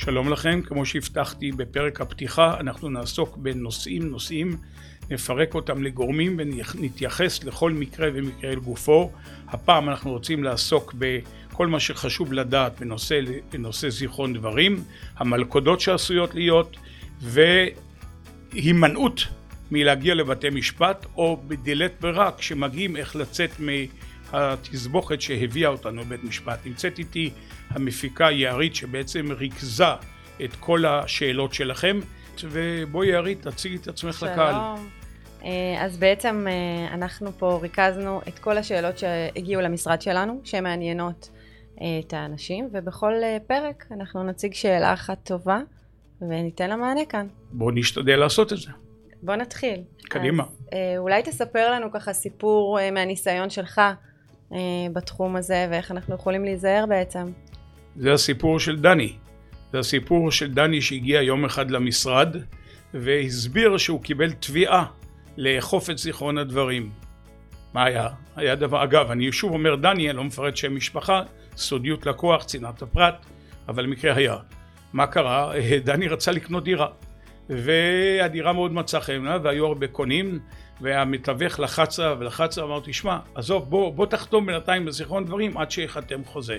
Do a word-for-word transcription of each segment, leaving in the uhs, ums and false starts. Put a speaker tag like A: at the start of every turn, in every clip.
A: שלום לכם, כמו שהבטחתי בפרק הפתיחה, אנחנו נעסוק בנושאים נושאים, נפרק אותם לגורמים ונתייחס לכל מקרה ומקרה לגופו. הפעם אנחנו רוצים לעסוק בכל מה שחשוב לדעת בנושא, בנושא זיכרון דברים, המלכודות שעשויות להיות, והימנעות מלהגיע לבתי משפט, או בדלת ברירה כשמגיעים איך לצאת מהתסבוכת שהביאה אותנו בבית משפט. נמצאת איתי המפיקה יערית שבעצם ריכזה את כל השאלות שלכם, ובואי יערית תציגי את עצמך לקהל.
B: שלום. אז בעצם אנחנו פה ריכזנו את כל השאלות שהגיעו למשרד שלנו, שמעניינות את האנשים, ובכל פרק אנחנו נציג שאלה אחת טובה וניתן לה מענה כאן.
A: בואו נשתדל לעשות את זה.
B: בוא נתחיל.
A: קדימה.
B: אז, אולי תספר לנו ככה סיפור מהניסיון שלך בתחום הזה, ואיך אנחנו יכולים להיזהר בעצם.
A: זה הסיפור של דני. זה הסיפור של דני שהגיע יום אחד למשרד, והסביר שהוא קיבל תביעה לאכוף את זיכרון הדברים. מה היה? היה דבר, אגב, אני שוב אומר דני, אני לא מפרט שם משפחה, סודיות לקוח, צנעת הפרט, אבל מקרה היה. מה קרה? דני רצה לקנות דירה. והדירה מאוד מצאה חן, והיו הרבה קונים, והמתווך לחצה ולחצה, אמרתי, שמע, עזוב, בוא, בוא תחתום בינתיים בזיכרון דברים עד שיחתם חוזה.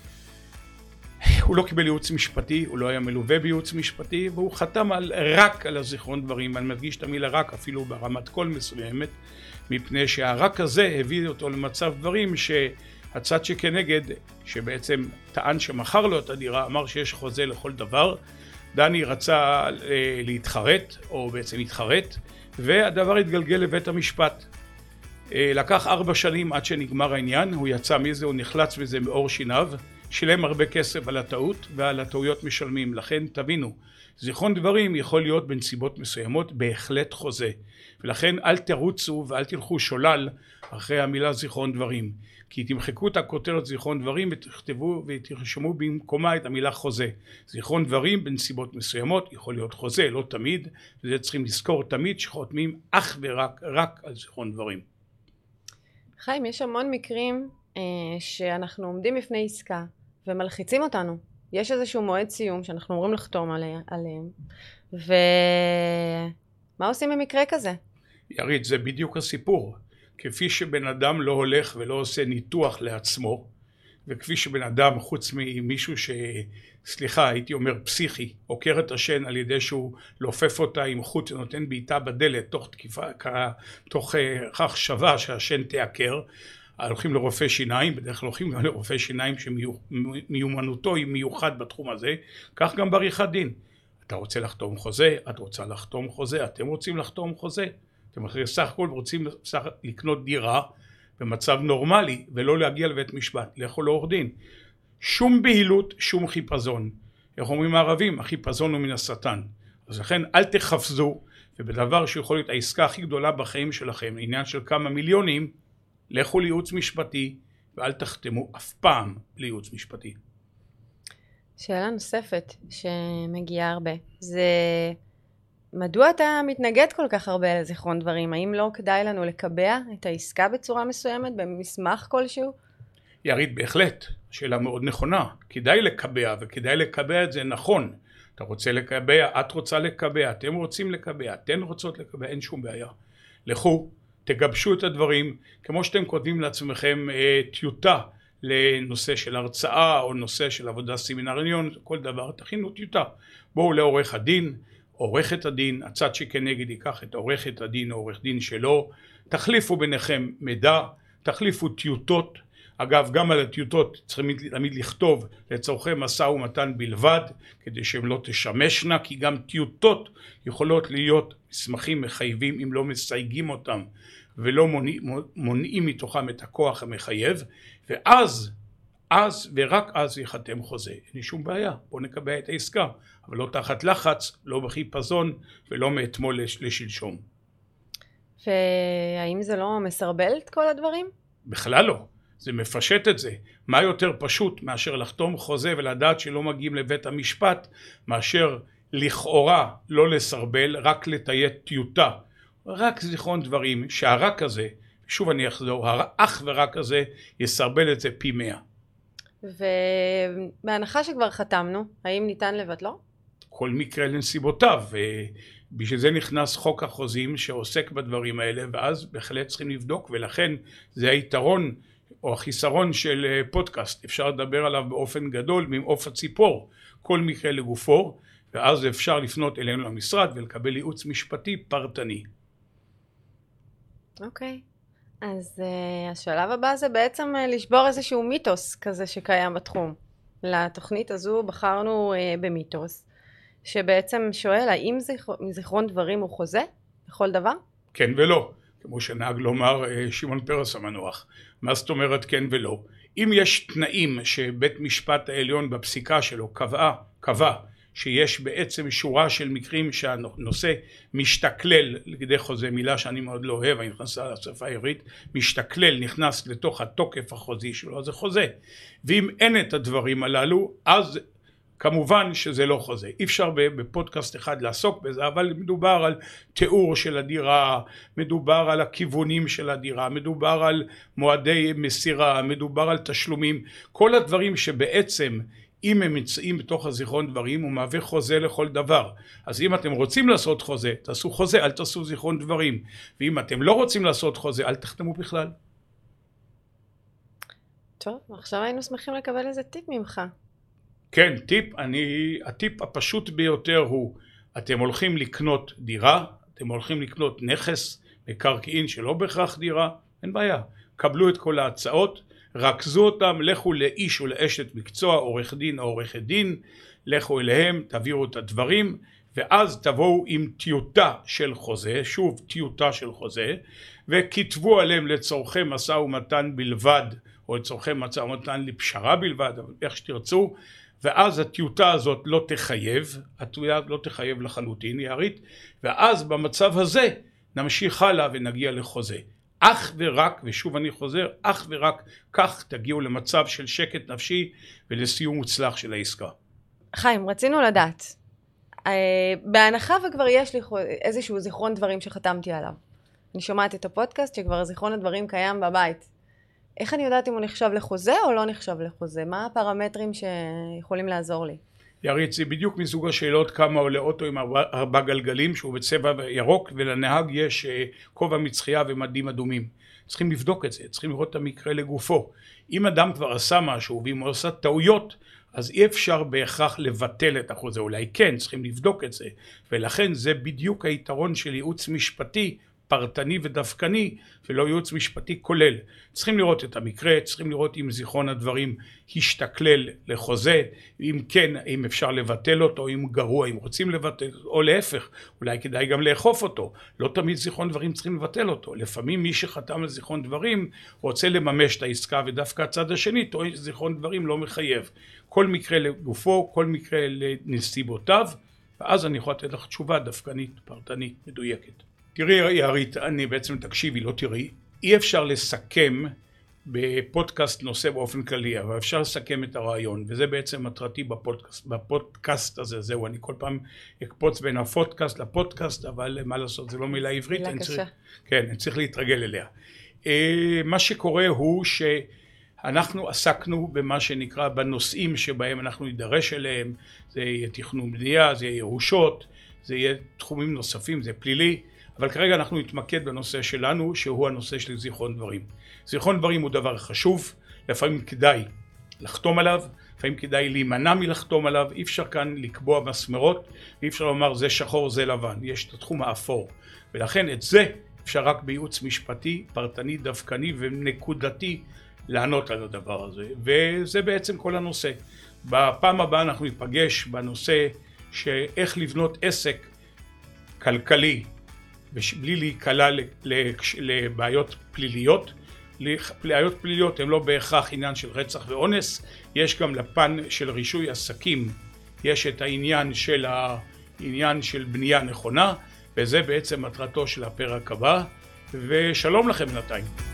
A: הוא לא קיבל ייעוץ משפטי, הוא לא היה מלווה בייעוץ משפטי, והוא חתם על, רק על הזיכרון דברים, ואני מדגיש את המילה רק אפילו ברמת קול מסוימת, מפני שהרק הזה הביא אותו למצב דברים שהצד שכנגד, שבעצם טען שמכר לו את הדירה, אמר שיש חוזה לכל דבר. דני רצה להתחרט, או בעצם התחרט, והדבר התגלגל לבית המשפט. לקח ארבע שנים עד שנגמר העניין, הוא יצא מזה, הוא נחלץ בזה מאור שיניו, שילם הרבה כסף על הטעות, ועל הטעויות משלמים. לכן תבינו, זיכרון דברים יכול להיות בנסיבות מסוימות בהחלט חוזה. ולכן אל תרוצו ואל תלכו שולל אחרי המילה זיכרון דברים. כי תמחקו את הכותרת זיכרון דברים ותכתבו ותרשמו במקומה את המילה חוזה. זיכרון דברים בנסיבות מסוימות יכול להיות חוזה, לא תמיד, וזה צריכים לזכור תמיד שחותמים אך ורק רק על זיכרון דברים.
B: חיים, יש המון מקרים אה, שאנחנו עומדים בפני עסקה ומלחיצים אותנו. יש איזשהו מועד סיום שאנחנו אומרים לחתום עליה, עליהם, ומה עושים במקרה כזה?
A: ירית, זה בדיוק הסיפור. כפי שבן אדם לא הולך ולא עושה ניתוח לעצמו, וכפי שבן אדם חוץ ממישהו ש... סליחה, הייתי אומר פסיכי, עוקר את השן על ידי שהוא לופף אותה עם חוט ונותן בעיטה בדלת תוך תקיפה, תוך כך שווה שהשן תעקר, הולכים לרופא שיניים, בדרך כלל הולכים גם לרופא שיניים שמיומנותו היא מיוחד בתחום הזה, כך גם בעריכת דין. אתה רוצה לחתום חוזה, את רוצה לחתום חוזה, אתם רוצים לחתום חוזה, אתם סך הכל רוצים לקנות דירה במצב נורמלי ולא להגיע לבית משפט, לכו לעורך דין. שום בהילות, שום חיפזון. איך אומרים הערבים? החיפזון הוא מן השטן. אז לכן אל תחפזו, ובדבר שיכול להיות העסקה הכי גדולה בחיים שלכם, עניין של כמה מיליונים, לכו לייעוץ משפטי ואל תחתמו אף פעם לייעוץ משפטי.
B: שאלה נוספת שמגיעה הרבה, זה מדוע אתה מתנגד כל כך הרבה לזיכרון דברים? האם לא כדאי לנו לקבע את העסקה בצורה מסוימת במסמך כלשהו?
A: ירית, בהחלט, שאלה מאוד נכונה. כדאי לקבע, וכדאי לקבע את זה נכון. אתה רוצה לקבע, את רוצה לקבע, אתם רוצים לקבע, אתן רוצות לקבע, אין שום בעיה. לכו, תגבשו את הדברים, כמו שאתם כותבים לעצמכם אה, טיוטה לנושא של הרצאה, או נושא של עבודה סמינריון, כל דבר, תכינו טיוטה. בואו לעורך הדין, עורכת הדין, הצד שכנגד ייקח את עורכת הדין או עורך דין שלו, תחליפו ביניכם מידע, תחליפו טיוטות. אגב, גם על הטיוטות צריכים תמיד לכתוב לצורכי משא ומתן בלבד, כדי שהן לא תשמשנה, כי גם טיוטות יכולות להיות מסמכים מחייבים אם לא מסייגים אותם ולא מונעים, מונעים מתוכם את הכוח המחייב, ואז, אז ורק אז יחתם חוזה. אין לי שום בעיה, בואו נקבע את העסקה, אבל לא תחת לחץ, לא בחיפזון ולא מאתמול לשלשום.
B: והאם זה לא מסרבל את כל הדברים?
A: בכלל לא. זה מפשט את זה. מה יותר פשוט מאשר לחתום חוזה ולדעת שלא מגיעים לבית המשפט, מאשר לכאורה לא לסרבל, רק לטיית טיוטה. רק זיכרון דברים שהרק הזה, שוב אני אחזור, האח ורק הזה יסרבל את זה פי מאה.
B: ובהנחה שכבר חתמנו, האם ניתן לבטלו?
A: כל מקרה לנסיבותיו, ובשביל זה נכנס חוק החוזים שעוסק בדברים האלה, ואז בהחלט צריכים לבדוק, ולכן זה היתרון או החיסרון של פודקאסט. אפשר לדבר עליו באופן גדול ממעוף הציפור, כל מקרה לגופו, ואז אפשר לפנות אלינו למשרד ולקבל ייעוץ משפטי פרטני.
B: אוקיי, אז uh, השלב הבא זה בעצם uh, לשבור איזשהו מיתוס כזה שקיים בתחום. לתוכנית הזו בחרנו uh, במיתוס, שבעצם שואל האם זכר, זיכרון דברים הוא חוזה בכל דבר?
A: כן ולא, כמו שנהג לומר uh, שמעון פרס המנוח. מה זאת אומרת כן ולא? אם יש תנאים שבית משפט העליון בפסיקה שלו קבע, קבע שיש בעצם שורה של מקרים שהנושא משתכלל לכדי חוזה, מילה שאני מאוד לא אוהב, אני נכנסה לשפה העברית, משתכלל, נכנס לתוך התוקף החוזי שלו, זה חוזה. ואם אין את הדברים הללו, אז כמובן שזה לא חוזה. אי אפשר בפודקאסט אחד לעסוק בזה, אבל מדובר על תיאור של הדירה, מדובר על הכיוונים של הדירה, מדובר על מועדי מסירה, מדובר על תשלומים, כל הדברים שבעצם אם הם נמצאים בתוך הזיכרון דברים, הוא מהווה חוזה לכל דבר. אז אם אתם רוצים לעשות חוזה, תעשו חוזה, אל תעשו זיכרון דברים. ואם אתם לא רוצים לעשות חוזה, אל תחתמו בכלל.
B: טוב, עכשיו היינו שמחים לקבל איזה טיפ ממך.
A: כן, טיפ, אני, הטיפ הפשוט ביותר הוא, אתם הולכים לקנות דירה, אתם הולכים לקנות נכס, מקרקעין שלא בהכרח דירה, אין בעיה. קבלו את כל ההצעות, רכזו אותם, לכו לאיש או לאשת מקצוע, עורך דין או עורכת דין, לכו אליהם, תעבירו את הדברים, ואז תבואו עם טיוטה של חוזה, שוב טיוטה של חוזה, וכתבו עליהם לצורכי משא ומתן בלבד, או לצורכי משא ומתן לפשרה בלבד, איך שתרצו, ואז הטיוטה הזאת לא תחייב, הטיוטה לא תחייב לחלוטין, יערית, ואז במצב הזה נמשיך הלאה ונגיע לחוזה. אך ורק, ושוב אני חוזר, אך ורק כך תגיעו למצב של שקט נפשי ולסיום מוצלח של העסקה.
B: חיים, רצינו לדעת, בהנחה וכבר יש לי איזשהו זיכרון דברים שחתמתי עליו. אני שומעת את הפודקאסט שכבר זיכרון הדברים קיים בבית. איך אני יודעת אם הוא נחשב לחוזה או לא נחשב לחוזה? מה הפרמטרים שיכולים לעזור לי?
A: ירית, זה בדיוק מסוג השאלות כמה עולה אוטו עם ארבע, ארבע גלגלים שהוא בצבע ירוק, ולנהג יש כובע מצחייה ומדים אדומים. צריכים לבדוק את זה, צריכים לראות את המקרה לגופו. אם אדם כבר עשה משהו ואם הוא עושה טעויות, אז אי אפשר בהכרח לבטל את החוזה. אולי כן, צריכים לבדוק את זה. ולכן זה בדיוק היתרון של ייעוץ משפטי פרטני ודווקני, ולא ייעוץ משפטי כולל. צריכים לראות את המקרה, צריכים לראות אם זיכרון הדברים השתכלל לחוזה, אם כן, אם אפשר לבטל אותו, אם גרוע, אם רוצים לבטל, או להפך, אולי כדאי גם לאכוף אותו. לא תמיד זיכרון דברים צריכים לבטל אותו. לפעמים מי שחתם על זיכרון דברים רוצה לממש את העסקה, ודווקא הצד השני טוען שזיכרון דברים לא מחייב. כל מקרה לגופו, כל מקרה לנסיבותיו, ואז אני יכול לתת לך תשובה דווקנית, פרטנית, מדויקת. תראי יערית, אני בעצם תקשיבי, לא תראי, אי אפשר לסכם בפודקאסט נושא באופן כללי, אבל אפשר לסכם את הרעיון, וזה בעצם מטרתי בפודקאסט, בפודקאסט הזה, זהו, אני כל פעם אקפוץ בין הפודקאסט לפודקאסט, אבל מה לעשות, זה לא מילה עברית,
B: מילה קשה.
A: צריך, כן, אני צריך להתרגל אליה. מה שקורה הוא שאנחנו עסקנו במה שנקרא בנושאים שבהם אנחנו נידרש אליהם, זה יהיה תכנון בנייה, זה יהיה ירושות, זה יהיה תחומים נוספים, זה פלילי, אבל כרגע אנחנו נתמקד בנושא שלנו, שהוא הנושא של זיכרון דברים. זיכרון דברים הוא דבר חשוב, לפעמים כדאי לחתום עליו, לפעמים כדאי להימנע מלחתום עליו, אי אפשר כאן לקבוע מסמרות, אי אפשר לומר זה שחור זה לבן, יש את התחום האפור, ולכן את זה אפשר רק בייעוץ משפטי, פרטני, דווקני ונקודתי לענות על הדבר הזה, וזה בעצם כל הנושא. בפעם הבאה אנחנו ניפגש בנושא שאיך לבנות עסק כלכלי, בלי להיקלע לבעיות פליליות. בעיות פליליות הן לא בהכרח עניין של רצח ואונס, יש גם לפן של רישוי עסקים, יש את העניין של, העניין של בנייה נכונה, וזה בעצם מטרתו של הפרק הבא, ושלום לכם בינתיים.